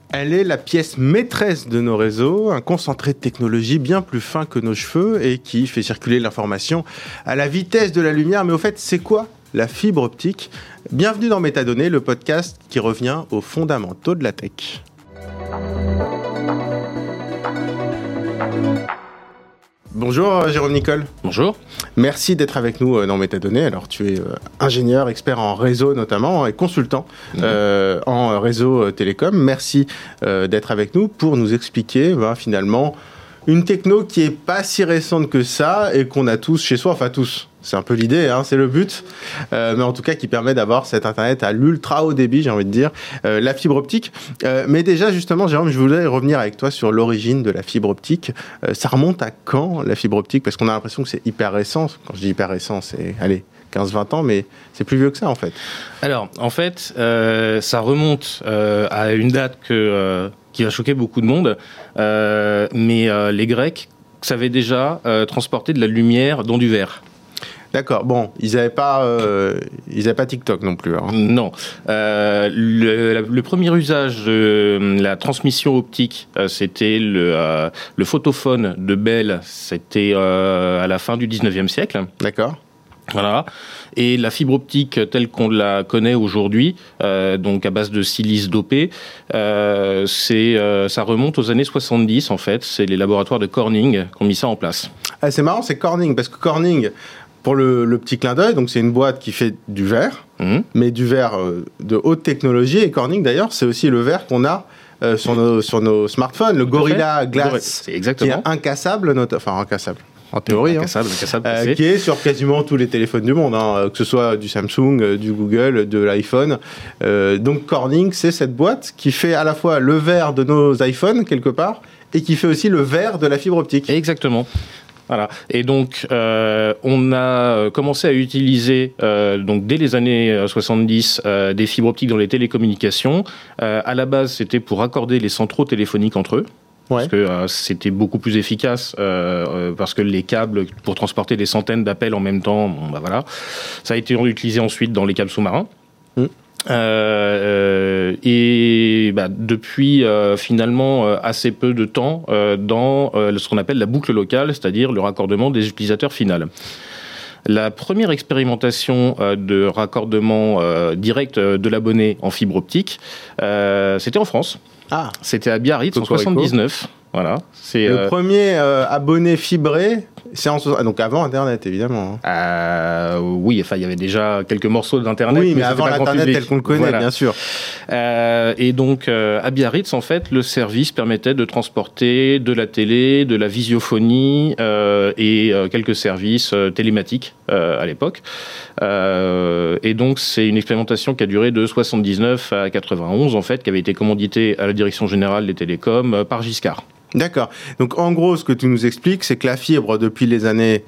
Elle est la pièce maîtresse de nos réseaux, un concentré de technologie bien plus fin que nos cheveux et qui fait circuler l'information à la vitesse de la lumière. Mais au fait, c'est quoi la fibre optique? Bienvenue dans Métadonnées, le podcast qui revient aux fondamentaux de la tech. Bonjour Jérôme Nicole. Bonjour. Merci d'être avec nous dans Métadonnées. Alors tu es ingénieur, expert en réseau notamment et consultant en réseau télécom. Merci d'être avec nous pour nous expliquer finalement une techno qui est pas si récente que ça et qu'on a tous chez soi, enfin tous. C'est un peu l'idée, c'est le but, mais en tout cas qui permet d'avoir cet internet à l'ultra haut débit, j'ai envie de dire, la fibre optique. Mais déjà justement, Jérôme, je voulais revenir avec toi sur l'origine de la fibre optique. Ça remonte à quand la fibre optique? Parce qu'on a l'impression que c'est hyper récent. Quand je dis hyper récent, c'est 15-20 ans, mais c'est plus vieux que ça en fait. Alors en fait, ça remonte à une date qui va choquer beaucoup de monde, mais les Grecs savaient déjà transporter de la lumière dans du verre. D'accord. Bon, ils n'avaient pas TikTok non plus. Non. Le premier usage de la transmission optique, c'était le photophone de Bell. C'était à la fin du 19e siècle. D'accord. Voilà. Et la fibre optique telle qu'on la connaît aujourd'hui, donc à base de silice dopé, ça remonte aux années 70 en fait. C'est les laboratoires de Corning qui ont mis ça en place. Ah, c'est marrant, c'est Corning, parce que Corning, pour le petit clin d'œil, donc c'est une boîte qui fait du verre, mais du verre de haute technologie. Et Corning d'ailleurs, c'est aussi le verre qu'on a sur nos smartphones, le Gorilla Glass, c'est exactement. Qui est incassable, incassable. En théorie, incassable, qui est sur quasiment tous les téléphones du monde, que ce soit du Samsung, du Google, de l'iPhone. Donc Corning, c'est cette boîte qui fait à la fois le verre de nos iPhones, quelque part, et qui fait aussi le verre de la fibre optique. Exactement. Voilà. Et donc, on a commencé à utiliser, donc dès les années 70, des fibres optiques dans les télécommunications. À la base, c'était pour raccorder les centraux téléphoniques entre eux. Parce que c'était beaucoup plus efficace, parce que les câbles, pour transporter des centaines d'appels en même temps, voilà. Ça a été utilisé ensuite dans les câbles sous-marins. Depuis finalement assez peu de temps dans ce qu'on appelle la boucle locale, c'est-à-dire le raccordement des utilisateurs finaux. La première expérimentation de raccordement direct de l'abonné en fibre optique, c'était en France. C'était à Biarritz en 79. Voilà. C'est le premier abonné fibré, donc avant Internet évidemment. Oui, il y avait déjà quelques morceaux d'Internet. Oui, mais avant l'Internet tel qu'on le connaît, voilà. Bien sûr. Et donc à Biarritz, en fait, le service permettait de transporter de la télé, de la visiophonie et quelques services télématiques à l'époque. Et donc c'est une expérimentation qui a duré de 79 à 91 en fait, qui avait été commanditée à la Direction générale des télécoms par Giscard. D'accord. Donc en gros, ce que tu nous expliques, c'est que la fibre, depuis les années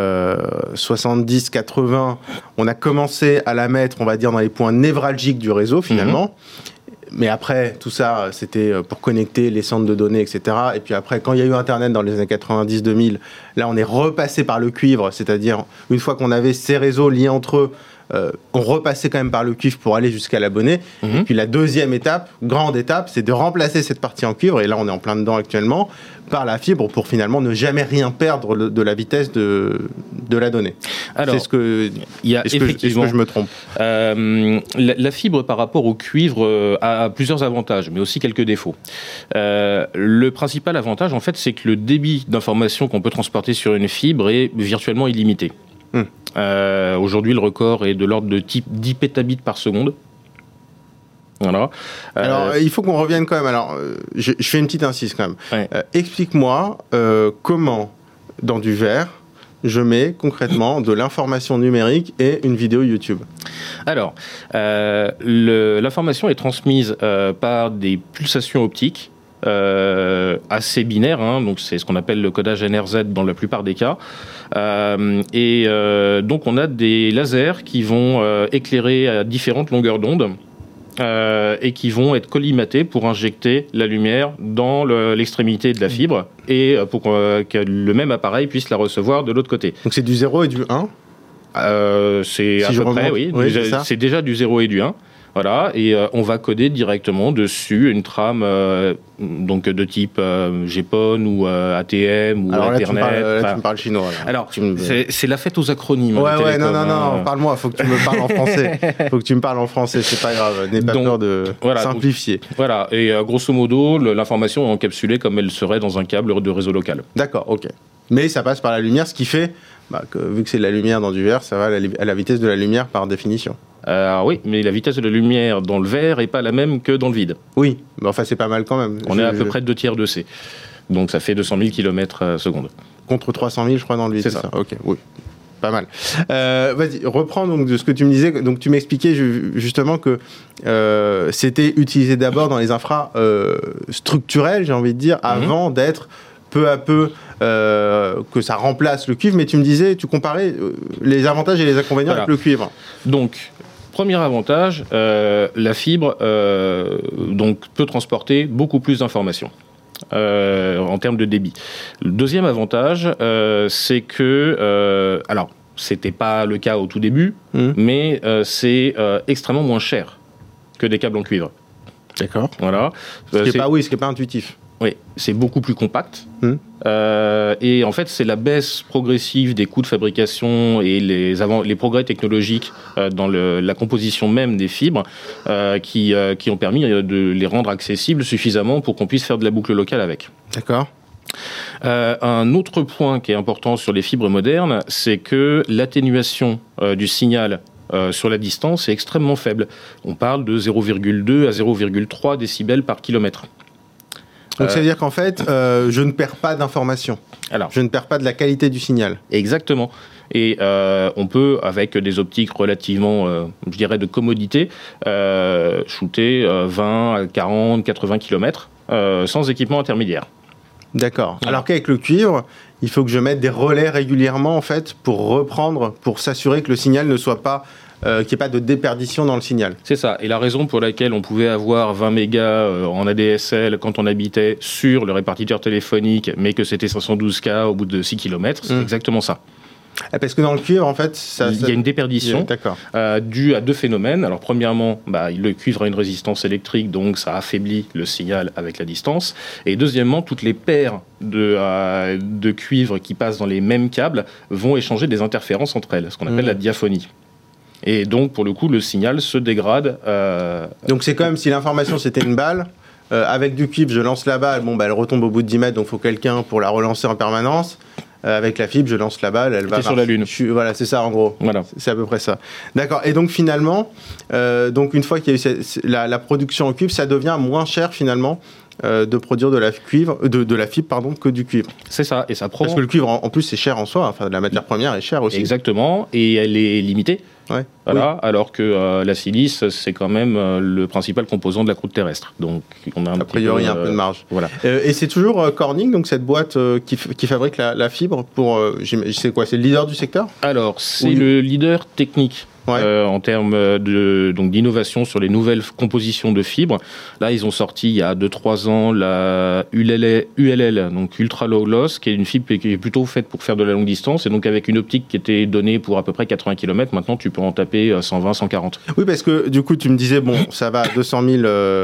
70-80, on a commencé à la mettre, on va dire, dans les points névralgiques du réseau finalement. Mais après, tout ça, c'était pour connecter les centres de données, etc. Et puis après, quand il y a eu Internet dans les années 90-2000, là, on est repassé par le cuivre, c'est-à-dire, une fois qu'on avait ces réseaux liés entre eux, on repassait quand même par le cuivre pour aller jusqu'à l'abonné. Et puis la deuxième étape, grande étape, c'est de remplacer cette partie en cuivre, et là on est en plein dedans actuellement, par la fibre pour finalement ne jamais rien perdre de la vitesse de la donnée. Alors, est-ce que je me trompe? La fibre par rapport au cuivre a plusieurs avantages, mais aussi quelques défauts. Le principal avantage, en fait, c'est que le débit d'information qu'on peut transporter sur une fibre est virtuellement illimité. Aujourd'hui, le record est de l'ordre de type 10 pétabits par seconde. Voilà. Alors, il faut qu'on revienne quand même. Alors, je fais une petite incise quand même. Ouais. Explique-moi comment, dans du verre, je mets concrètement de l'information numérique et une vidéo YouTube. Alors, l'information est transmise par des pulsations optiques. Assez binaire, donc c'est ce qu'on appelle le codage NRZ dans la plupart des cas. Donc on a des lasers qui vont éclairer à différentes longueurs d'onde et qui vont être collimatés pour injecter la lumière dans l'extrémité de la fibre et pour que le même appareil puisse la recevoir de l'autre côté. Donc c'est du 0 et du 1 C'est à peu près, oui. C'est déjà du 0 et du 1. Voilà, et on va coder directement dessus une trame donc de type GPON ou ATM ou alors Ethernet. Là, tu me parles chinois. Là. Alors, c'est la fête aux acronymes. Ouais, non, parle-moi, faut que tu me parles en français. Faut que tu me parles en français, c'est pas grave, n'aie pas peur de simplifier. Voilà, et grosso modo, l'information est encapsulée comme elle serait dans un câble de réseau local. D'accord, ok. Mais ça passe par la lumière, ce qui fait que, vu que c'est de la lumière dans du verre, ça va à la vitesse de la lumière par définition. Oui, mais la vitesse de la lumière dans le verre n'est pas la même que dans le vide. Oui, mais enfin c'est pas mal quand même. On est à peu près 2/3 de C. Donc ça fait 200 000 km/s. Contre 300 000, je crois, dans le vide. C'est ça. Ok, oui. Pas mal. Vas-y, reprends donc de ce que tu me disais. Donc tu m'expliquais justement que c'était utilisé d'abord dans les infras structurels, j'ai envie de dire, avant d'être peu à peu que ça remplace le cuivre. Mais tu me disais, tu comparais les avantages et les inconvénients avec le cuivre. Donc, premier avantage, la fibre donc, peut transporter beaucoup plus d'informations. En termes de débit. Le deuxième avantage, c'est que, alors, c'était pas le cas au tout début, mais c'est extrêmement moins cher que des câbles en cuivre. D'accord. Voilà. Ce qui n'est pas intuitif. Oui, c'est beaucoup plus compact. Et en fait, c'est la baisse progressive des coûts de fabrication et les progrès technologiques dans la composition même des fibres qui ont permis de les rendre accessibles suffisamment pour qu'on puisse faire de la boucle locale avec. D'accord. Un autre point qui est important sur les fibres modernes, c'est que l'atténuation du signal sur la distance est extrêmement faible. On parle de 0,2 à 0,3 décibels par kilomètre. Donc, ça veut dire qu'en fait, je ne perds pas d'informations. Alors, je ne perds pas de la qualité du signal. Exactement. Et on peut, avec des optiques relativement, je dirais, de commodité, shooter 20 à 40, 80 km sans équipement intermédiaire. D'accord. Ouais. Alors qu'avec le cuivre, il faut que je mette des relais régulièrement, en fait, pour reprendre, pour s'assurer que le signal ne soit pas... qu'il n'y ait pas de déperdition dans le signal. C'est ça. Et la raison pour laquelle on pouvait avoir 20 mégas en ADSL quand on habitait sur le répartiteur téléphonique, mais que c'était 512K au bout de 6 km, c'est exactement ça. Parce que dans le cuivre, en fait... il y a une déperdition due à deux phénomènes. Alors, premièrement, le cuivre a une résistance électrique, donc ça affaiblit le signal avec la distance. Et deuxièmement, toutes les paires de cuivre qui passent dans les mêmes câbles vont échanger des interférences entre elles, ce qu'on appelle la diaphonie. Et donc, pour le coup, le signal se dégrade. Donc, c'est comme si l'information, c'était une balle. Avec du cuivre, je lance la balle. Elle retombe au bout de 10 mètres, donc il faut quelqu'un pour la relancer en permanence. Avec la fibre, je lance la balle, elle va sur la Lune. Voilà, c'est ça, en gros. Voilà. C'est à peu près ça. D'accord. Et donc, finalement, une fois qu'il y a eu la production en cuivre, ça devient moins cher, finalement, de produire de la fibre que du cuivre. C'est ça. Et ça prend... Parce que le cuivre, en plus, c'est cher en soi. Enfin, la matière première est chère aussi. Exactement. Et elle est limitée. Ouais. Voilà, oui. Alors que la silice, c'est quand même le principal composant de la croûte terrestre. Donc, on a a priori un peu de marge. Voilà. Et c'est toujours Corning, donc cette boîte qui fabrique la fibre pour. C'est quoi ? C'est le leader du secteur ? Alors, c'est le leader technique. En termes d'innovation sur les nouvelles compositions de fibres. Là, ils ont sorti il y a 2-3 ans la ULL, donc Ultra Low Loss, qui est une fibre qui est plutôt faite pour faire de la longue distance, et donc avec une optique qui était donnée pour à peu près 80 km, maintenant tu peux en taper 120, 140. Oui, parce que du coup, tu me disais, ça va à 200 000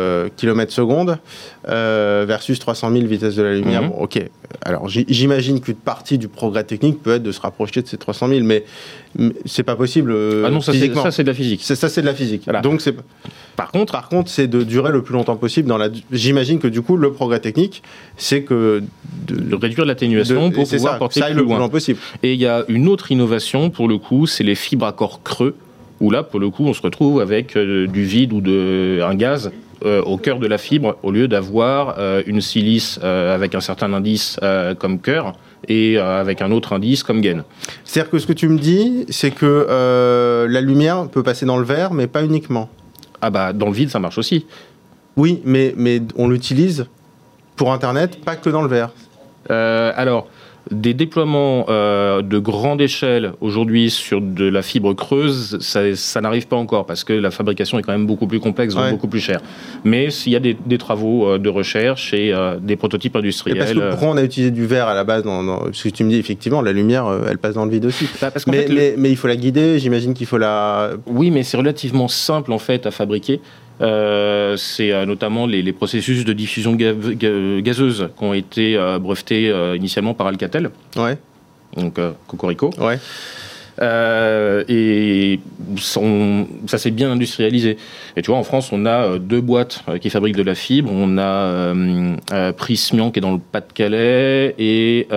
km/s versus 300 000 vitesse de la lumière. Bon, ok. Alors, j'imagine qu'une partie du progrès technique peut être de se rapprocher de ces 300 000, mais c'est pas possible. Ah non, ça c'est de la physique. Ça c'est de la physique. Voilà. Donc par contre, c'est de durer le plus longtemps possible. J'imagine que du coup, le progrès technique, c'est que de réduire l'atténuation pour pouvoir porter le plus loin possible. Et il y a une autre innovation pour le coup, c'est les fibres à corps creux, où là, pour le coup, on se retrouve avec du vide ou un gaz au cœur de la fibre, au lieu d'avoir une silice avec un certain indice comme cœur et avec un autre indice comme gaine. C'est-à-dire que ce que tu me dis, c'est que la lumière peut passer dans le verre, mais pas uniquement. Ah dans le vide, ça marche aussi. Oui, mais on l'utilise pour Internet, pas que dans le verre. Alors, Des déploiements de grande échelle aujourd'hui sur de la fibre creuse, ça n'arrive pas encore parce que la fabrication est quand même beaucoup plus complexe, donc beaucoup plus chère. Mais s'il y a des travaux de recherche et des prototypes industriels. Et parce que pourquoi on a utilisé du verre à la base parce que tu me dis effectivement la lumière elle passe dans le vide aussi. Mais il faut la guider, j'imagine qu'il faut la. Oui, mais c'est relativement simple en fait à fabriquer. C'est notamment les processus de diffusion gazeuse qui ont été brevetés initialement par Alcatel. Ouais. Donc Cocorico. Ouais. Et ça s'est bien industrialisé. Et tu vois, en France, on a 2 boîtes qui fabriquent de la fibre. On a Prysmian qui est dans le Pas-de-Calais et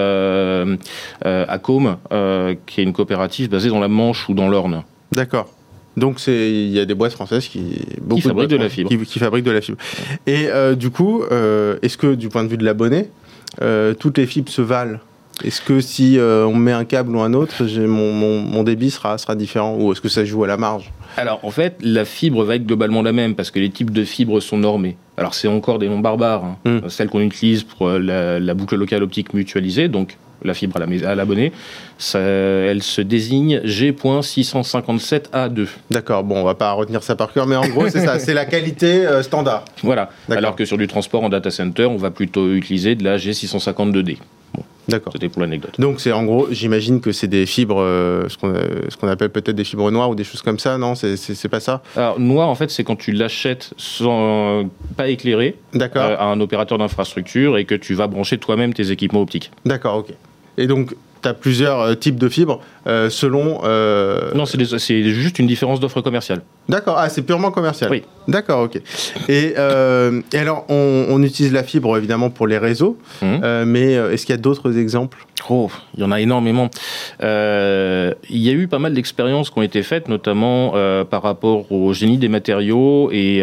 Acom qui est une coopérative basée dans la Manche ou dans l'Orne. D'accord. Donc il y a des boîtes françaises qui fabriquent de la fibre. Qui fabriquent de la fibre. Et du coup, est-ce que du point de vue de l'abonné, toutes les fibres se valent ? Est-ce que si on met un câble ou un autre, mon débit sera différent ? Ou est-ce que ça joue à la marge ? Alors en fait, la fibre va être globalement la même parce que les types de fibres sont normés. Alors c'est encore des noms barbares. Celle qu'on utilise pour la boucle locale optique mutualisée, donc la fibre à l'abonné, elle se désigne G.657A2. D'accord, bon, on va pas retenir ça par cœur, mais en gros, c'est ça, c'est la qualité standard. Voilà, alors que sur du transport en data center, on va plutôt utiliser de la G652D. Bon, d'accord. C'était pour l'anecdote. Donc, c'est en gros, j'imagine que c'est des fibres, ce qu'on appelle peut-être des fibres noires ou des choses comme ça, non ? C'est pas ça ? Alors, noir, en fait, c'est quand tu l'achètes pas éclairé à un opérateur d'infrastructure et que tu vas brancher toi-même tes équipements optiques. D'accord, ok. Et donc, tu as plusieurs types de fibres selon... Non, c'est juste une différence d'offre commerciale. D'accord, c'est purement commercial. Oui. D'accord, ok. Et alors, on utilise la fibre évidemment pour les réseaux, mais est-ce qu'il y a d'autres exemples ? Oh, il y en a énormément. Il y a eu pas mal d'expériences qui ont été faites, notamment par rapport au génie des matériaux et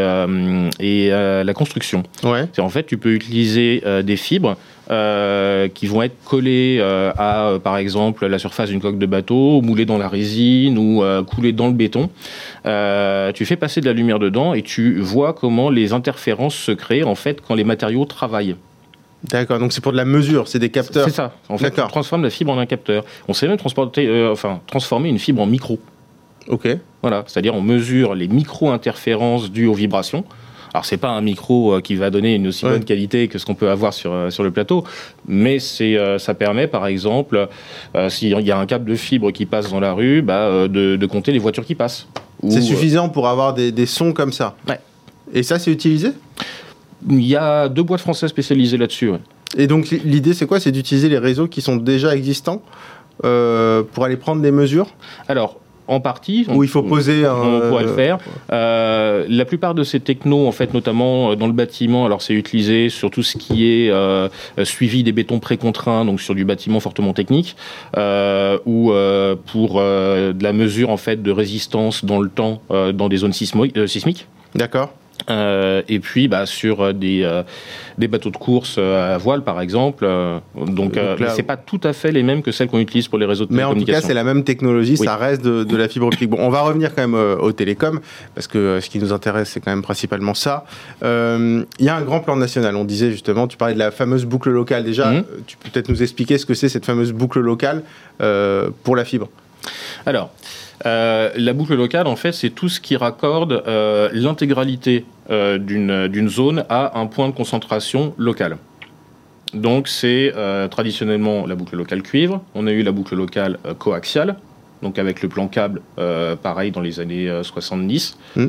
la construction. Ouais. En fait, tu peux utiliser des fibres qui vont être collées à, par exemple, la surface d'une coque de bateau, moulées dans la résine ou coulées dans le béton. Tu fais passer de la lumière dedans et tu vois comment les interférences se créent en fait quand les matériaux travaillent. D'accord, donc c'est pour de la mesure, c'est des capteurs. C'est ça. En fait, on transforme la fibre en un capteur. On sait même transformer une fibre en micro. Ok. Voilà, c'est-à-dire on mesure les micro-interférences dues aux vibrations. Alors, c'est pas un micro qui va donner une aussi bonne qualité que ce qu'on peut avoir sur le plateau, mais ça permet, par exemple, s'il y a un câble de fibre qui passe dans la rue, de compter les voitures qui passent. C'est suffisant pour avoir des sons comme ça. Ouais. Et ça, c'est utilisé ? Il y a 2 boîtes françaises spécialisées là-dessus. Ouais. Et donc, l'idée, c'est quoi ? C'est d'utiliser les réseaux qui sont déjà existants pour aller prendre des mesures ? Alors, en partie. Où il faut poser on pourrait le faire. La plupart de ces technos, en fait, notamment dans le bâtiment, alors c'est utilisé sur tout ce qui est suivi des bétons précontraints, donc sur du bâtiment fortement technique, ou pour de la mesure en fait de résistance dans le temps dans des zones sismiques. D'accord. Et puis sur des bateaux de course à voile par exemple. Donc là, c'est pas tout à fait les mêmes que celles qu'on utilise pour les réseaux de télécommunications. Mais en tout cas, c'est la même technologie, ça reste de la fibre optique. Bon, on va revenir quand même aux télécoms, parce que ce qui nous intéresse, c'est quand même principalement ça. Il y a un grand plan national, on disait justement, tu parlais de la fameuse boucle locale. Déjà, tu peux peut-être nous expliquer ce que c'est cette fameuse boucle locale pour la fibre ? Alors, la boucle locale, en fait, c'est tout ce qui raccorde l'intégralité d'une zone à un point de concentration local. Donc, c'est traditionnellement la boucle locale cuivre. On a eu la boucle locale coaxiale, donc avec le plan câble, pareil, dans les années 70. On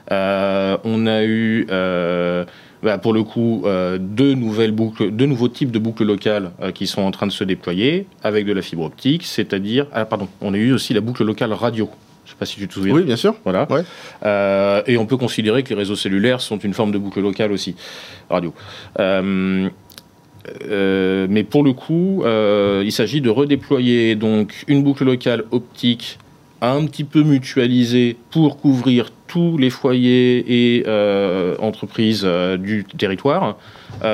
a eu... pour le coup, deux nouveaux types de boucles locales qui sont en train de se déployer avec de la fibre optique, c'est-à-dire... on a eu aussi la boucle locale radio. Je ne sais pas si tu te souviens. Oui, bien sûr. Voilà. Ouais. Et on peut considérer que les réseaux cellulaires sont une forme de boucle locale aussi, radio. Mais pour le coup, il s'agit de redéployer donc une boucle locale optique un petit peu mutualisée pour couvrir tous les foyers et entreprises du territoire,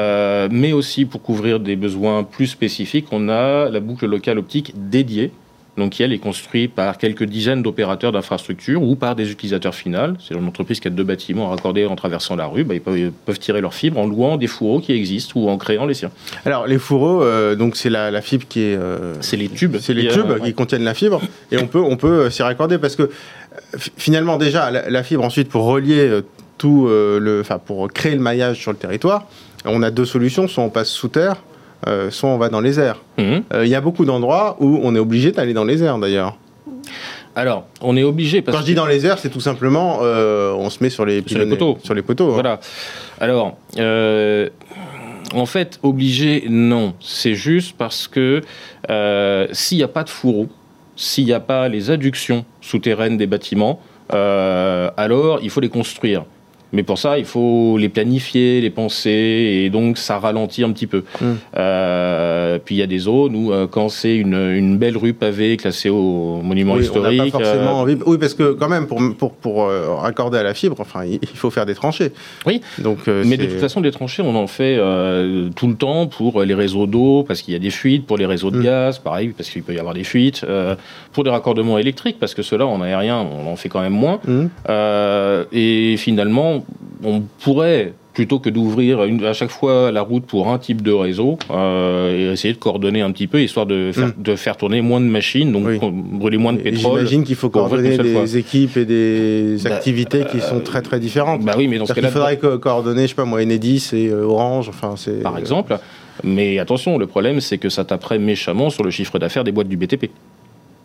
mais aussi pour couvrir des besoins plus spécifiques. On a la boucle locale optique dédiée donc qui elle est construite par quelques dizaines d'opérateurs d'infrastructures ou par des utilisateurs finaux. C'est une entreprise qui a 2 bâtiments à raccorder en traversant la rue. Ils peuvent tirer leur fibre en louant des fourreaux qui existent ou en créant les siens. Alors les fourreaux, donc c'est la fibre qui est... c'est les tubes. C'est les tubes qui contiennent la fibre et on peut s'y raccorder parce que finalement déjà la fibre ensuite pour relier pour créer le maillage sur le territoire, on a 2 solutions, soit on passe sous terre, soit on va dans les airs. Il y a beaucoup d'endroits où on est obligé d'aller dans les airs d'ailleurs. Alors, on est obligé parce Quand je dis dans les airs, c'est tout simplement on se met sur les poteaux. Sur les poteaux. Voilà. Alors, en fait, obligé, non. C'est juste parce que s'il n'y a pas de fourreau, s'il n'y a pas les adductions souterraines des bâtiments, alors il faut les construire. Mais pour ça, il faut les planifier, les penser, et donc ça ralentit un petit peu. Puis il y a des zones où, quand c'est une belle rue pavée classée au monument historique... On n'a pas forcément envie... Oui, parce que quand même, pour raccorder à la fibre, il faut faire des tranchées. Oui, donc, mais de toute façon, des tranchées, on en fait tout le temps pour les réseaux d'eau, parce qu'il y a des fuites, pour les réseaux de gaz, pareil, parce qu'il peut y avoir des fuites, pour des raccordements électriques, parce que ceux-là, en aérien, on en fait quand même moins. Et finalement, on pourrait, plutôt que d'ouvrir à chaque fois la route pour un type de réseau, et essayer de coordonner un petit peu, histoire de faire tourner moins de machines, donc brûler moins de pétrole. J'imagine qu'il faut coordonner des équipes et des activités qui sont très très différentes. Oui, mais dans ce cas-là, il faudrait coordonner, je sais pas moi, Enedis et Orange, par exemple. Mais attention, le problème, c'est que ça taperait méchamment sur le chiffre d'affaires des boîtes du BTP. Pourquoi ?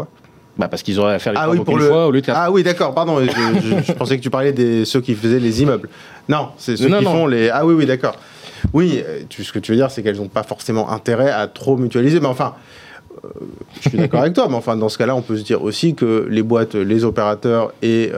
Parce qu'ils auraient à faire les travaux qu'une fois au lieu de 4. Ah oui, d'accord, pardon. Je pensais que tu parlais de ceux qui faisaient les immeubles. Non, c'est ceux qui font les... Ah oui, d'accord. Oui, ce que tu veux dire, c'est qu'elles n'ont pas forcément intérêt à trop mutualiser. Mais enfin, je suis d'accord avec toi. Mais enfin, dans ce cas-là, on peut se dire aussi que les boîtes, les opérateurs et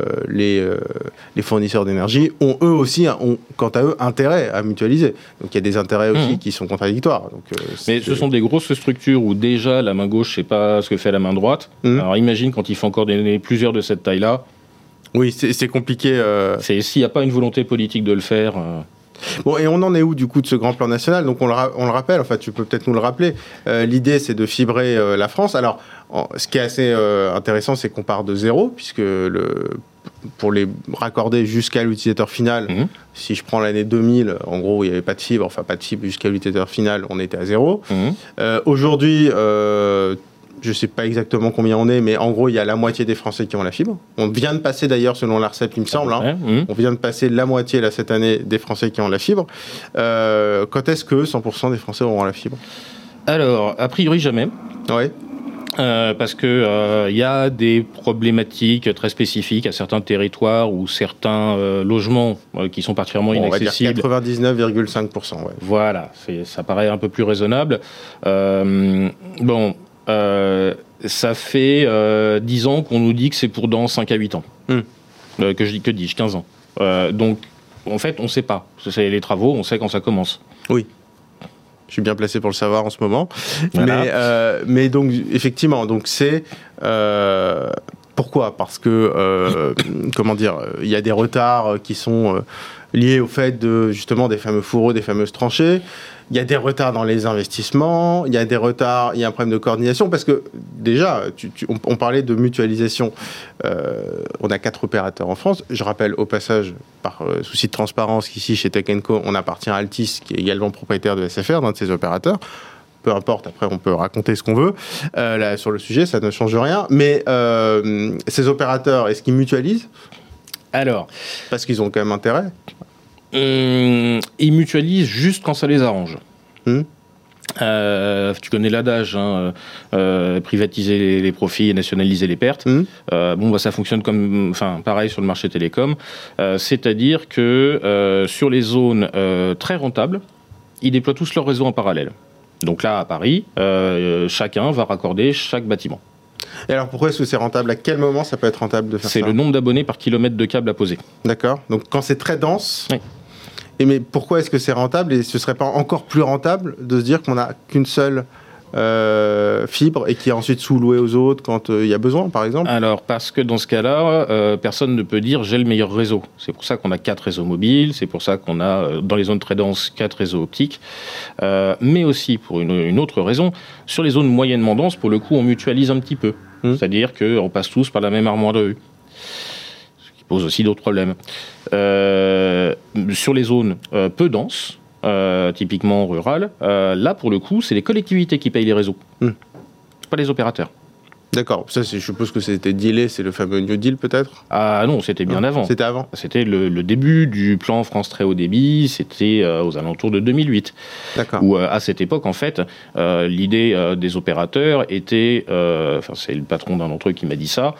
les fournisseurs d'énergie ont eux aussi, quant à eux, intérêt à mutualiser. Donc il y a des intérêts aussi qui sont contradictoires. Donc, mais ce sont des grosses structures où déjà la main gauche ne sait pas ce que fait la main droite. Alors imagine quand il faut encore coordonner plusieurs de cette taille-là. Oui, c'est compliqué. S'il n'y a pas une volonté politique de le faire... Bon, et on en est où du coup de ce grand plan national ? Donc on le rappelle, enfin tu peux peut-être nous le rappeler. L'idée c'est de fibrer la France. Alors ce qui est assez intéressant, c'est qu'on part de zéro, puisque pour les raccorder jusqu'à l'utilisateur final, si je prends l'année 2000, en gros il n'y avait pas de fibre, jusqu'à l'utilisateur final, on était à zéro. Aujourd'hui, je ne sais pas exactement combien on est, mais en gros, il y a la moitié des Français qui ont la fibre. On vient de passer d'ailleurs, selon l'ARCEP, il me semble, on vient de passer la moitié là, cette année des Français qui ont la fibre. Quand est-ce que 100% des Français auront la fibre ? Alors, a priori jamais. Ouais. Parce que y a des problématiques très spécifiques à certains territoires ou certains logements qui sont particulièrement inaccessibles. On va dire 99,5%. Ouais. Voilà, ça paraît un peu plus raisonnable. Ça fait 10 ans qu'on nous dit que c'est pour dans 5 à 8 ans. Que dis-je, 15 ans. Donc, en fait, on ne sait pas. C'est les travaux, on sait quand ça commence. Oui. Je suis bien placé pour le savoir en ce moment. Voilà. Mais donc, effectivement, donc c'est... pourquoi ? Parce que, il y a des retards qui sont liés au fait justement des fameux fourreaux, des fameuses tranchées. Il y a des retards dans les investissements, il y a des retards, il y a un problème de coordination, parce que déjà, on parlait de mutualisation. On a 4 opérateurs en France. Je rappelle au passage, par souci de transparence, qu'ici, chez Tech & Co, on appartient à Altis, qui est également propriétaire de SFR, d'un de ses opérateurs. Peu importe, après on peut raconter ce qu'on veut là, sur le sujet, ça ne change rien. Mais ces opérateurs, est-ce qu'ils mutualisent ? Alors, parce qu'ils ont quand même intérêt. Ils mutualisent juste quand ça les arrange. Tu connais l'adage, privatiser les profits et nationaliser les pertes. Ça fonctionne pareil sur le marché télécom. C'est-à-dire que sur les zones très rentables, ils déploient tous leur réseau en parallèle. Donc là, à Paris, chacun va raccorder chaque bâtiment. Et alors pourquoi est-ce que c'est rentable ? À quel moment ça peut être rentable de faire ça ? C'est le nombre d'abonnés par kilomètre de câble à poser. D'accord. Donc quand c'est très dense... Oui. Mais pourquoi est-ce que c'est rentable ? Et ce ne serait pas encore plus rentable de se dire qu'on n'a qu'une seule fibre et qui est ensuite sous-loué aux autres quand il y a besoin, par exemple? Alors, parce que dans ce cas-là, personne ne peut dire j'ai le meilleur réseau. C'est pour ça qu'on a 4 réseaux mobiles, c'est pour ça qu'on a, dans les zones très denses, 4 réseaux optiques. Mais aussi, pour une autre raison, sur les zones moyennement denses, pour le coup, on mutualise un petit peu. C'est-à-dire qu'on passe tous par la même armoire de rue. Ce qui pose aussi d'autres problèmes. Sur les zones peu denses, typiquement rurales, là, pour le coup, c'est les collectivités qui payent les réseaux. Pas les opérateurs. D'accord. Ça, je suppose que c'était dealé, c'est le fameux New Deal, peut-être? Ah non, c'était bien avant. C'était avant? C'était le début du plan France Très Haut Débit, c'était aux alentours de 2008. D'accord. Où, à cette époque, en fait, l'idée des opérateurs était, c'est le patron d'un d'entre eux qui m'a dit ça,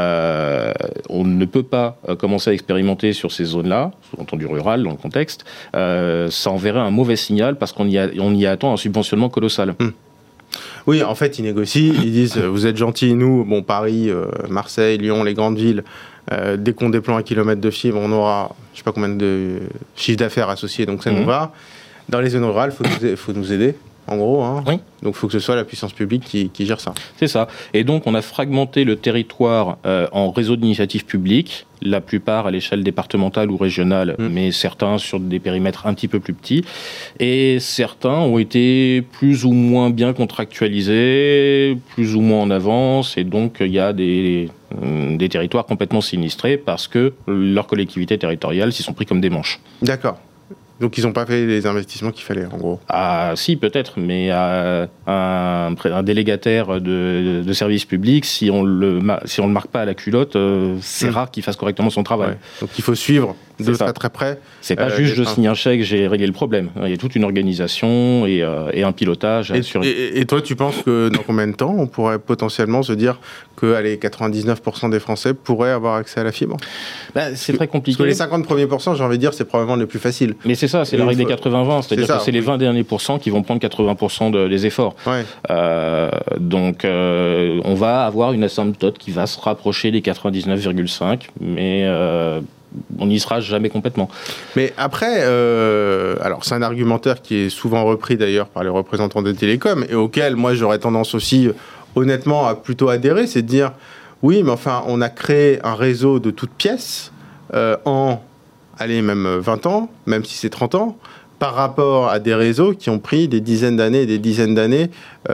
on ne peut pas commencer à expérimenter sur ces zones-là, sous-entendu rural dans le contexte, ça enverrait un mauvais signal parce qu'on y attend un subventionnement colossal. Oui, en fait, ils négocient, ils disent vous êtes gentils, nous, bon, Paris, Marseille, Lyon, les grandes villes, dès qu'on déploie 1 kilomètre de fibre, on aura, je sais pas combien de chiffre d'affaires associé, donc ça nous va. Dans les zones rurales, il faut nous aider, en gros. Hein. Oui. Donc il faut que ce soit la puissance publique qui gère ça. C'est ça. Et donc on a fragmenté le territoire en réseaux d'initiative publique, la plupart à l'échelle départementale ou régionale, mais certains sur des périmètres un petit peu plus petits. Et certains ont été plus ou moins bien contractualisés, plus ou moins en avance. Et donc il y a des territoires complètement sinistrés parce que leurs collectivités territoriales s'y sont pris comme des manches. D'accord. Donc ils n'ont pas fait les investissements qu'il fallait, en gros. Ah si, peut-être, mais un délégataire de service public, si on le marque pas à la culotte, c'est rare qu'il fasse correctement son travail. Ouais. Donc il faut suivre de très près. C'est pas juste je signe un chèque, j'ai réglé le problème. Il y a toute une organisation et un pilotage à assurer. Et toi, tu penses que dans combien de temps on pourrait potentiellement se dire que 99% des Français pourraient avoir accès à la fibre? C'est très compliqué. Parce que les 50 premiers pourcents, j'ai envie de dire, c'est probablement le plus facile. Mais c'est ça, c'est la règle des 80-20, c'est-à-dire que c'est les 20 derniers pourcents qui vont prendre 80% des efforts. Ouais. Donc on va avoir une asymptote qui va se rapprocher des 99,5, mais on n'y sera jamais complètement. Mais après, alors c'est un argumentaire qui est souvent repris d'ailleurs par les représentants des télécoms et auquel moi j'aurais tendance aussi honnêtement à plutôt adhérer, c'est de dire oui, mais enfin on a créé un réseau de toutes pièces en même 20 ans, même si c'est 30 ans, par rapport à des réseaux qui ont pris des dizaines d'années et des dizaines d'années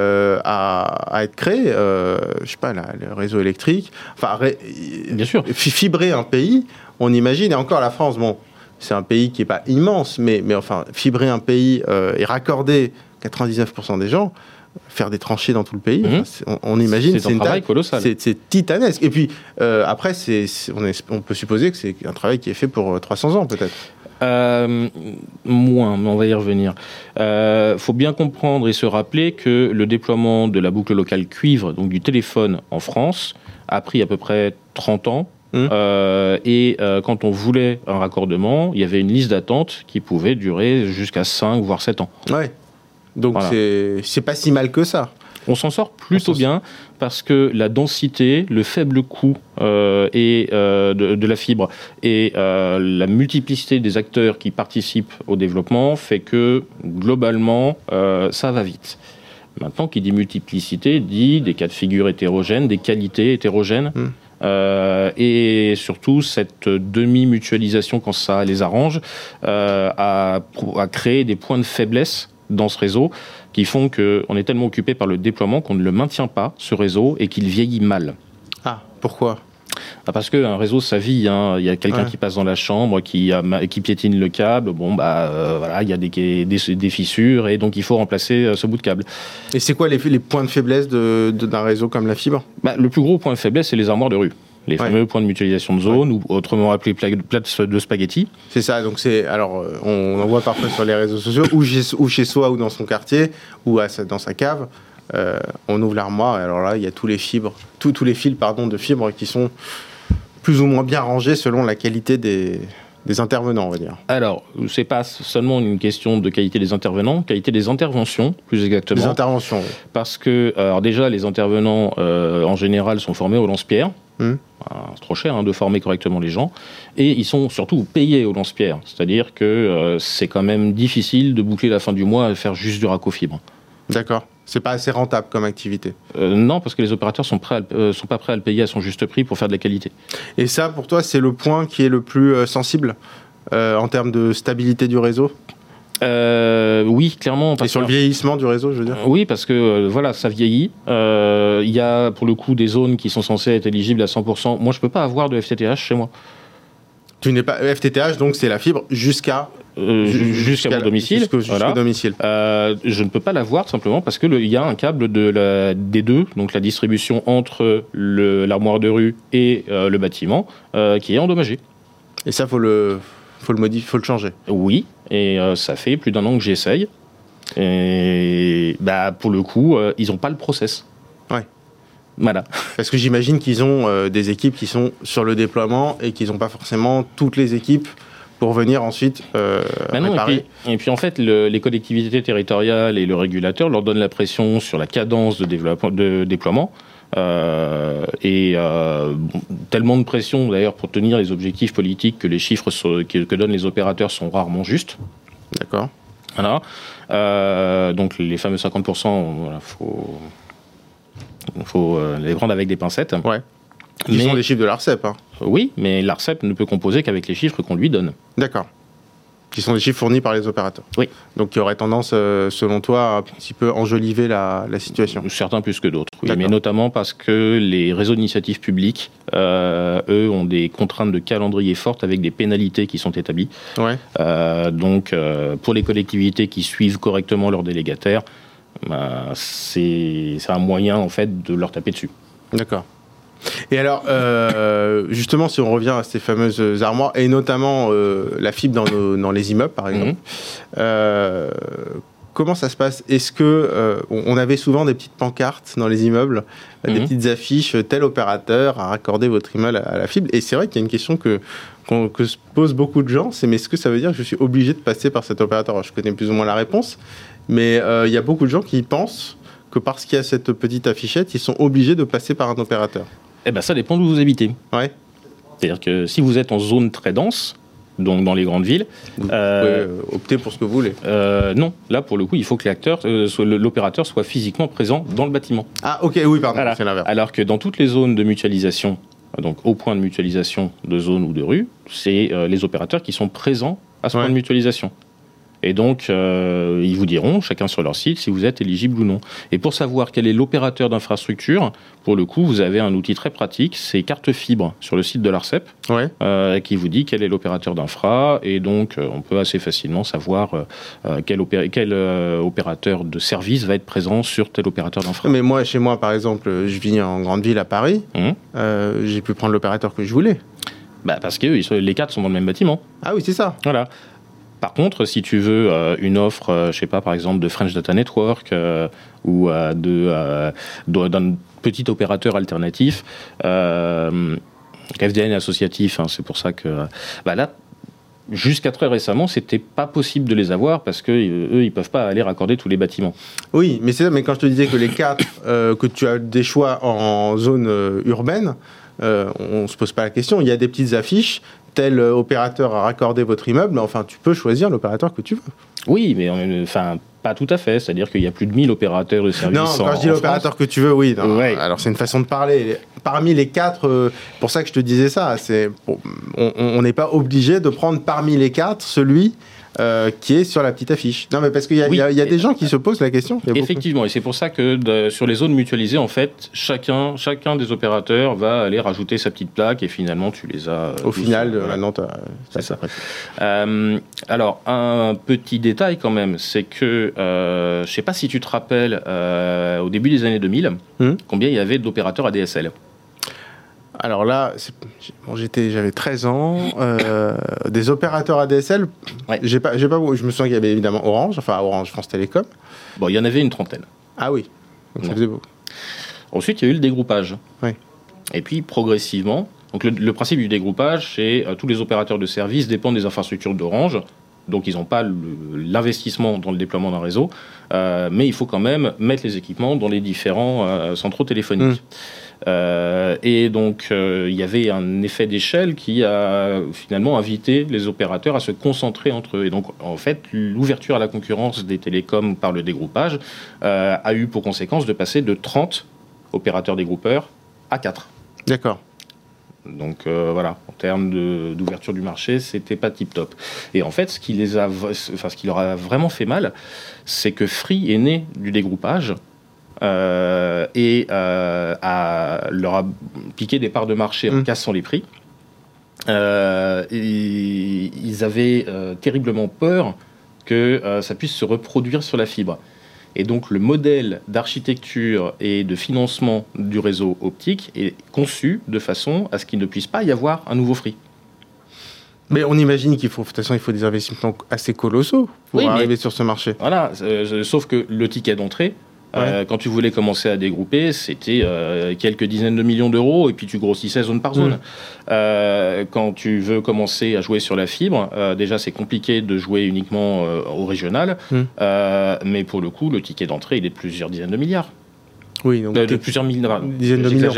à être créés. Je sais pas, le réseau électrique. Enfin, bien sûr. Fibrer un pays, on imagine, et encore la France, bon, c'est un pays qui n'est pas immense, mais enfin, fibrer un pays et raccorder 99% des gens, faire des tranchées dans tout le pays, on imagine c'est un travail colossal. C'est titanesque. Et puis après, on peut supposer que c'est un travail qui est fait pour 300 ans peut-être. Moins, mais on va y revenir. Faut bien comprendre et se rappeler que le déploiement de la boucle locale cuivre, donc du téléphone en France, a pris à peu près 30 ans. Et quand on voulait un raccordement, il y avait une liste d'attente qui pouvait durer jusqu'à 5 voire 7 ans. Ouais. Donc voilà. C'est pas si mal que ça. On s'en sort plutôt bien parce que la densité, le faible coût de la fibre et la multiplicité des acteurs qui participent au développement fait que globalement ça va vite. Maintenant, qui dit multiplicité dit des cas de figure hétérogènes, des qualités hétérogènes. Et surtout cette demi-mutualisation quand ça les arrange a créé des points de faiblesse dans ce réseau qui font qu'on est tellement occupé par le déploiement qu'on ne le maintient pas, ce réseau, et qu'il vieillit mal. Ah, pourquoi ? Parce qu'un réseau, ça vit. Hein. Il y a quelqu'un qui passe dans la chambre, qui piétine le câble. Bon, voilà, il y a des fissures, et donc il faut remplacer ce bout de câble. Et c'est quoi les points de faiblesse d'un réseau comme la fibre ? Le plus gros point de faiblesse, c'est les armoires de rue. Les fameux points de mutualisation de zone, ou autrement appelés plates de spaghetti. C'est ça, donc on en voit parfois sur les réseaux sociaux, ou chez soi, ou dans son quartier, ou dans sa cave. On ouvre l'armoire, et alors là, il y a tous les fils de fibres qui sont plus ou moins bien rangés selon la qualité des intervenants, on va dire. Alors, c'est pas seulement une question de qualité des intervenants, qualité des interventions, plus exactement. Des interventions, oui. Parce que, alors déjà, les intervenants, en général, sont formés au lance-pierre. C'est trop cher de former correctement les gens. Et ils sont surtout payés au lance-pierre. C'est-à-dire que c'est quand même difficile de boucler la fin du mois et faire juste du raccord fibre. D'accord. C'est pas assez rentable comme activité. Non, parce que les opérateurs sont pas prêts à le payer à son juste prix pour faire de la qualité. Et ça, pour toi, c'est le point qui est le plus sensible en termes de stabilité du réseau ? Oui, clairement. Et sur le vieillissement du réseau, je veux dire ? Oui, parce que voilà, ça vieillit. Il y a pour le coup des zones qui sont censées être éligibles à 100%. Moi, je peux pas avoir de FTTH chez moi. Tu n'es pas FTTH, donc c'est la fibre jusqu'à mon domicile. Jusqu'au domicile. Je ne peux pas l'avoir simplement parce que il y a un câble des deux, donc la distribution entre l'armoire de rue et le bâtiment, qui est endommagé. Et ça, faut le modifier, faut le changer. Oui, et ça fait plus d'1 an que j'essaye. Et pour le coup, ils n'ont pas le process. Ouais. Voilà. Parce que j'imagine qu'ils ont des équipes qui sont sur le déploiement et qu'ils n'ont pas forcément toutes les équipes pour venir ensuite réparer. Et puis en fait, les collectivités territoriales et le régulateur leur donnent la pression sur la cadence de déploiement. Tellement de pression d'ailleurs pour tenir les objectifs politiques que les chiffres que donnent les opérateurs sont rarement justes. D'accord. Voilà. Donc les fameux 50%, voilà, faut les prendre avec des pincettes. Ouais. Qui sont les chiffres de l'ARCEP. Hein. Oui, mais l'ARCEP ne peut composer qu'avec les chiffres qu'on lui donne. D'accord. Qui sont des chiffres fournis par les opérateurs. Oui. Donc qui auraient tendance, selon toi, à un petit peu enjoliver la situation. Certains plus que d'autres, oui. Mais notamment parce que les réseaux d'initiative publique, eux, ont des contraintes de calendrier fortes avec des pénalités qui sont établies. Ouais. Donc, pour les collectivités qui suivent correctement leurs délégataires, c'est un moyen, en fait, de leur taper dessus. D'accord. Et alors, justement, si on revient à ces fameuses armoires, et notamment la fibre dans les immeubles, par exemple, comment ça se passe ? Est-ce que on avait souvent des petites pancartes dans les immeubles, des petites affiches, tel opérateur a raccordé votre immeuble à la fibre ? Et c'est vrai qu'il y a une question que se posent beaucoup de gens, c'est mais est-ce que ça veut dire que je suis obligé de passer par cet opérateur ? Alors, je connais plus ou moins la réponse, mais il y a beaucoup de gens qui pensent que parce qu'il y a cette petite affichette, ils sont obligés de passer par un opérateur. Eh ben, ça dépend d'où vous habitez. Ouais. C'est-à-dire que si vous êtes en zone très dense, donc dans les grandes villes, vous pouvez opter pour ce que vous voulez. Non, là pour le coup, il faut que l'opérateur soit physiquement présent dans le bâtiment. Ah ok, oui, pardon, voilà. C'est l'inverse. Alors que dans toutes les zones de mutualisation, donc au point de mutualisation de zone ou de rue, c'est les opérateurs qui sont présents à ce point de mutualisation. Et donc, ils vous diront, chacun sur leur site, si vous êtes éligible ou non. Et pour savoir quel est l'opérateur d'infrastructure, pour le coup, vous avez un outil très pratique, c'est Carte Fibre sur le site de l'ARCEP, qui vous dit quel est l'opérateur d'infra. Et donc, on peut assez facilement savoir quel opérateur de service va être présent sur tel opérateur d'infra. Mais moi, chez moi, par exemple, je vis en grande ville à Paris, j'ai pu prendre l'opérateur que je voulais. Parce que les 4 sont dans le même bâtiment. Ah oui, c'est ça. Voilà. Par contre, si tu veux une offre, je sais pas, par exemple de French Data Network ou d'un petit opérateur alternatif, FDN associatif, hein, c'est pour ça que là, jusqu'à très récemment, c'était pas possible de les avoir parce que eux, ils peuvent pas aller raccorder tous les bâtiments. Oui, mais c'est ça. Mais quand je te disais que les 4, que tu as des choix en zone urbaine, on se pose pas la question. Il y a des petites affiches. Tel opérateur a raccordé votre immeuble, mais enfin, tu peux choisir l'opérateur que tu veux. Oui, mais pas tout à fait. C'est-à-dire qu'il y a plus de 1000 opérateurs de services. Non, quand je dis l'opérateur que tu veux, oui. Non. Ouais. Alors, c'est une façon de parler. Parmi les 4, pour ça que je te disais ça, on n'est pas obligé de prendre parmi les 4 celui qui est sur la petite affiche. Non, mais parce qu'il y a des gens qui se posent la question. Effectivement, et c'est pour ça que sur les zones mutualisées, en fait, chacun des opérateurs va aller rajouter sa petite plaque et finalement, tu les as... Au final, maintenant, c'est ça. Alors, un petit détail quand même, c'est que, je ne sais pas si tu te rappelles, au début des années 2000, combien il y avait d'opérateurs ADSL ? Alors là, j'avais 13 ans. Des opérateurs ADSL, je me souviens qu'il y avait évidemment Orange France Télécom. Bon, il y en avait une trentaine. Ah oui, donc ça faisait beaucoup. Ensuite, il y a eu le dégroupage. Oui. Et puis, progressivement, donc le principe du dégroupage, c'est tous les opérateurs de services dépendent des infrastructures d'Orange. Donc, ils n'ont pas l'investissement dans le déploiement d'un réseau. Mais il faut quand même mettre les équipements dans les différents centraux téléphoniques. Et donc, il y avait un effet d'échelle qui a finalement invité les opérateurs à se concentrer entre eux. Et donc, en fait, l'ouverture à la concurrence des télécoms par le dégroupage a eu pour conséquence de passer de 30 opérateurs dégroupeurs à 4. D'accord. Donc voilà, en termes d'ouverture du marché, c'était pas tip-top. Et en fait, ce qui leur a vraiment fait mal, c'est que Free est né du dégroupage et leur a piqué des parts de marché en cassant les prix. Et ils avaient terriblement peur que ça puisse se reproduire sur la fibre. Et donc le modèle d'architecture et de financement du réseau optique est conçu de façon à ce qu'il ne puisse pas y avoir un nouveau Free. Mais on imagine qu'il faut, de toute façon, il faut des investissements assez colossaux pour arriver sur ce marché. Voilà, sauf que le ticket d'entrée, quand tu voulais commencer à dégrouper, c'était quelques dizaines de millions d'euros et puis tu grossissais zone par zone. Quand tu veux commencer à jouer sur la fibre, déjà c'est compliqué de jouer uniquement au régional, mais pour le coup, le ticket d'entrée, il est de plusieurs dizaines de milliards. Oui, donc de plusieurs milliards. Dizaines de millions.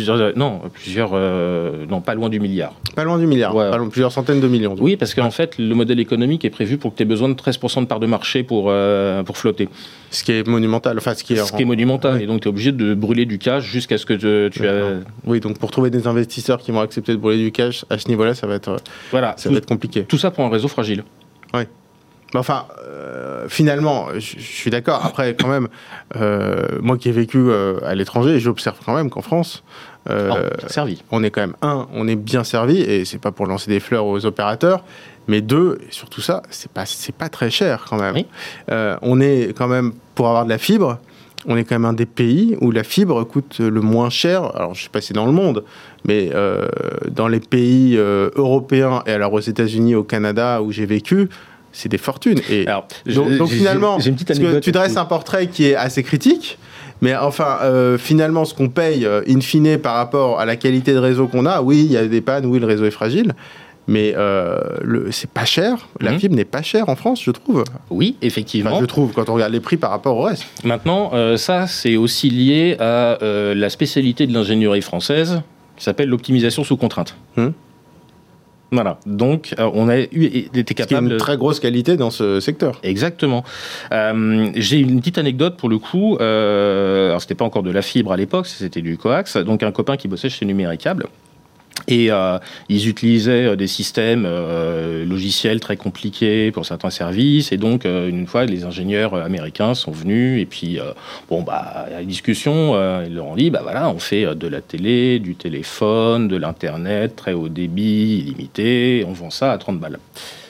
Non, pas loin du milliard. Pas loin du milliard, ouais. Plusieurs centaines de millions. Donc. Oui, parce qu'en fait, le modèle économique est prévu pour que tu aies besoin de 13% de part de marché pour flotter. Ce qui est monumental. Enfin, ce qui est monumental. Ouais. Et donc, tu es obligé de brûler du cash jusqu'à ce que tu aies... Oui, donc pour trouver des investisseurs qui vont accepter de brûler du cash à ce niveau-là, ça va être, va être compliqué. Tout ça pour un réseau fragile. Oui. Enfin, finalement, je suis d'accord. Après, quand même, moi qui ai vécu à l'étranger, j'observe quand même qu'en France, on est quand même, on est bien servi, et c'est pas pour lancer des fleurs aux opérateurs, mais deux, et surtout ça, c'est pas très cher quand même. Oui. On est quand même, pour avoir de la fibre, on est quand même un des pays où la fibre coûte le moins cher. Alors, je sais pas si c'est dans le monde, mais dans les pays européens, et alors aux États-Unis, au Canada, où j'ai vécu, c'est des fortunes. Et alors, donc finalement, j'ai une petite anecdote, tu dresses un portrait qui est assez critique, mais enfin, finalement, ce qu'on paye in fine par rapport à la qualité de réseau qu'on a, oui, il y a des pannes, oui, le réseau est fragile, mais c'est pas cher. La fibre n'est pas chère en France, je trouve. Oui, effectivement. Enfin, je trouve, quand on regarde les prix par rapport au reste. Maintenant, ça, c'est aussi lié à la spécialité de l'ingénierie française, qui s'appelle l'optimisation sous contrainte. Voilà, donc on a été capable... C'est une très grosse qualité dans ce secteur. Exactement. J'ai une petite anecdote pour le coup. Alors c'était pas encore de la fibre à l'époque, c'était du coax. Donc un copain qui bossait chez Numéricable. Et ils utilisaient des systèmes logiciels très compliqués pour certains services. Et donc, une fois, les ingénieurs américains sont venus. Et puis, à la discussion, ils leur ont dit, voilà, on fait de la télé, du téléphone, de l'Internet, très haut débit, illimité. On vend ça à 30 balles.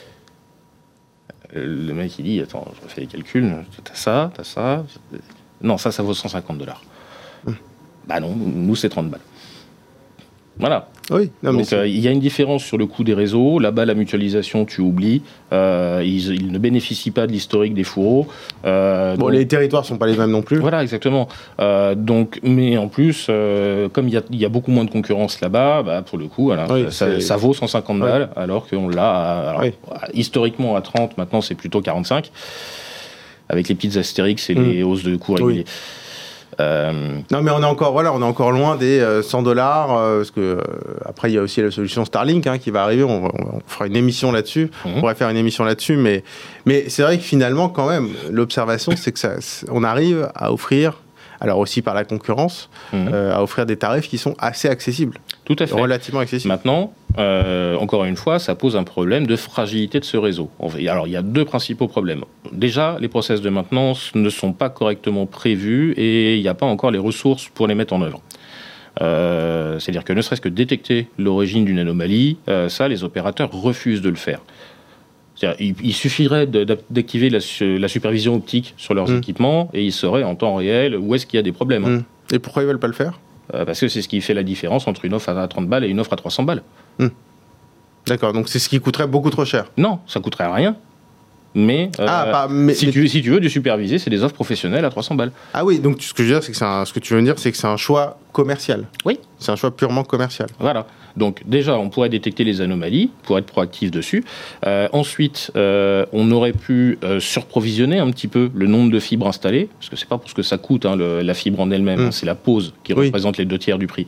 Le mec, il dit, attends, je refais les calculs. T'as ça. Non, ça vaut $150. Bah non, nous, c'est 30 balles. Voilà. Oui, non, donc il y a une différence sur le coût des réseaux. Là-bas, la mutualisation, tu oublies. Ils ne bénéficient pas de l'historique des fourreaux. Donc, les territoires ne sont pas les mêmes non plus. Voilà, exactement. Mais en plus, comme il y a beaucoup moins de concurrence là-bas, pour le coup, voilà, ça vaut 150 balles, alors qu'on l'a historiquement à 30, maintenant c'est plutôt 45, avec les petites astérix et les hausses de coûts réguliers. Non, mais on est encore loin des $100 parce que après il y a aussi la solution Starlink qui va arriver. On fera une émission là-dessus. On pourrait faire une émission là-dessus, mais c'est vrai que finalement quand même l'observation c'est que on arrive à offrir, alors aussi par la concurrence, à offrir des tarifs qui sont assez accessibles. Tout à fait. Relativement accessibles. Maintenant, encore une fois, ça pose un problème de fragilité de ce réseau. Alors, il y a deux principaux problèmes. Déjà, les process de maintenance ne sont pas correctement prévus et il n'y a pas encore les ressources pour les mettre en œuvre. C'est-à-dire que ne serait-ce que détecter l'origine d'une anomalie, ça, les opérateurs refusent de le faire. Il suffirait d'activer la supervision optique sur leurs équipements et ils sauraient en temps réel où est-ce qu'il y a des problèmes. Et pourquoi ils ne veulent pas le faire ? Parce que c'est ce qui fait la différence entre une offre à 30 balles et une offre à 300 balles. D'accord, donc c'est ce qui coûterait beaucoup trop cher. Non, ça coûterait rien. Mais, si tu veux du supervisé, c'est des offres professionnelles à 300 balles. Ah oui, donc ce que je veux dire, c'est que ce que tu veux dire, c'est que c'est un choix commercial. Oui. C'est un choix purement commercial. Voilà. Donc déjà, on pourrait détecter les anomalies pour être proactif dessus. Ensuite, on aurait pu surprovisionner un petit peu le nombre de fibres installées, parce que c'est pas pour ce que ça coûte, la fibre en elle-même, hein, c'est la pose qui représente les 2/3 du prix.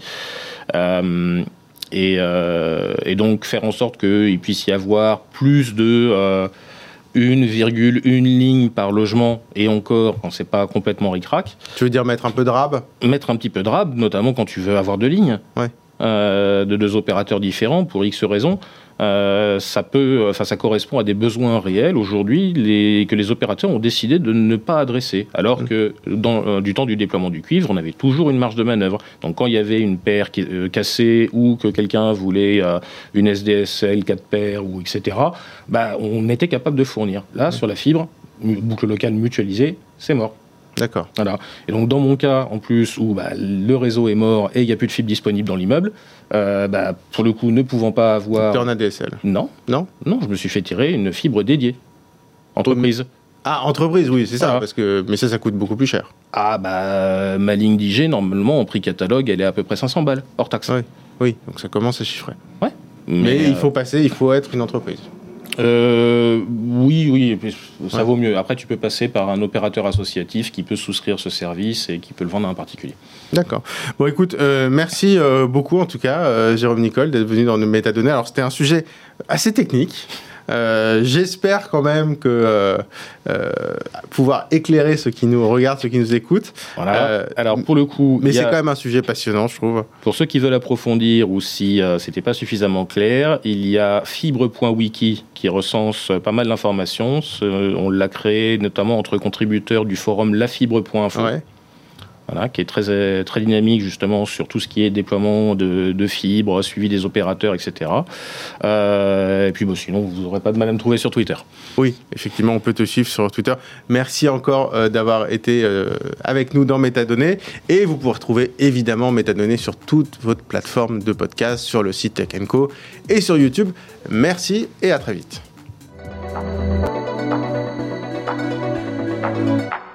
Et donc faire en sorte qu'il puisse y avoir plus de 1,1 ligne par logement, et encore quand c'est pas complètement ric-rac. Tu veux dire mettre un peu de rab ? Mettre un petit peu de rab, notamment quand tu veux avoir 2 lignes. Ouais. De 2 opérateurs différents pour X raisons, ça correspond à des besoins réels aujourd'hui que les opérateurs ont décidé de ne pas adresser, alors que du temps du déploiement du cuivre, on avait toujours une marge de manœuvre. Donc quand il y avait une paire cassée ou que quelqu'un voulait une SDSL 4 paires ou etc., on était capable de fournir. Là, sur la fibre, boucle locale mutualisée, c'est mort. D'accord. Voilà. Et donc dans mon cas, en plus, où le réseau est mort et il n'y a plus de fibre disponible dans l'immeuble, pour le coup, ne pouvant pas avoir... Tu es en ADSL ? Non, je me suis fait tirer une fibre dédiée. Entreprise. Ah, entreprise, oui, c'est ça, mais ça coûte beaucoup plus cher. Ma ligne d'IG, normalement, en prix catalogue, elle est à peu près 500 balles, hors taxe. Oui, donc ça commence à chiffrer. Ouais. Mais il faut être une entreprise. Oui, ça vaut mieux. Après, tu peux passer par un opérateur associatif qui peut souscrire ce service et qui peut le vendre à un particulier. D'accord. Bon, écoute, merci beaucoup en tout cas, Jérôme Nicole, d'être venu dans nos métadonnées. Alors, c'était un sujet assez technique. J'espère quand même que pouvoir éclairer ceux qui nous regardent, ceux qui nous écoutent. Voilà. Alors pour le coup, mais c'est quand même un sujet passionnant, je trouve. Pour ceux qui veulent approfondir ou si c'était pas suffisamment clair, il y a fibre.wiki qui recense pas mal d'informations. On l'a créé notamment entre contributeurs du forum lafibre.info. Ouais. Voilà, qui est très, très dynamique justement sur tout ce qui est déploiement de fibres, suivi des opérateurs, etc. Et puis sinon, vous n'aurez pas de mal à me trouver sur Twitter. Oui, effectivement, on peut te suivre sur Twitter. Merci encore d'avoir été avec nous dans Métadonnées. Et vous pouvez retrouver évidemment Métadonnées sur toute votre plateforme de podcast, sur le site Tech & Co et sur YouTube. Merci et à très vite.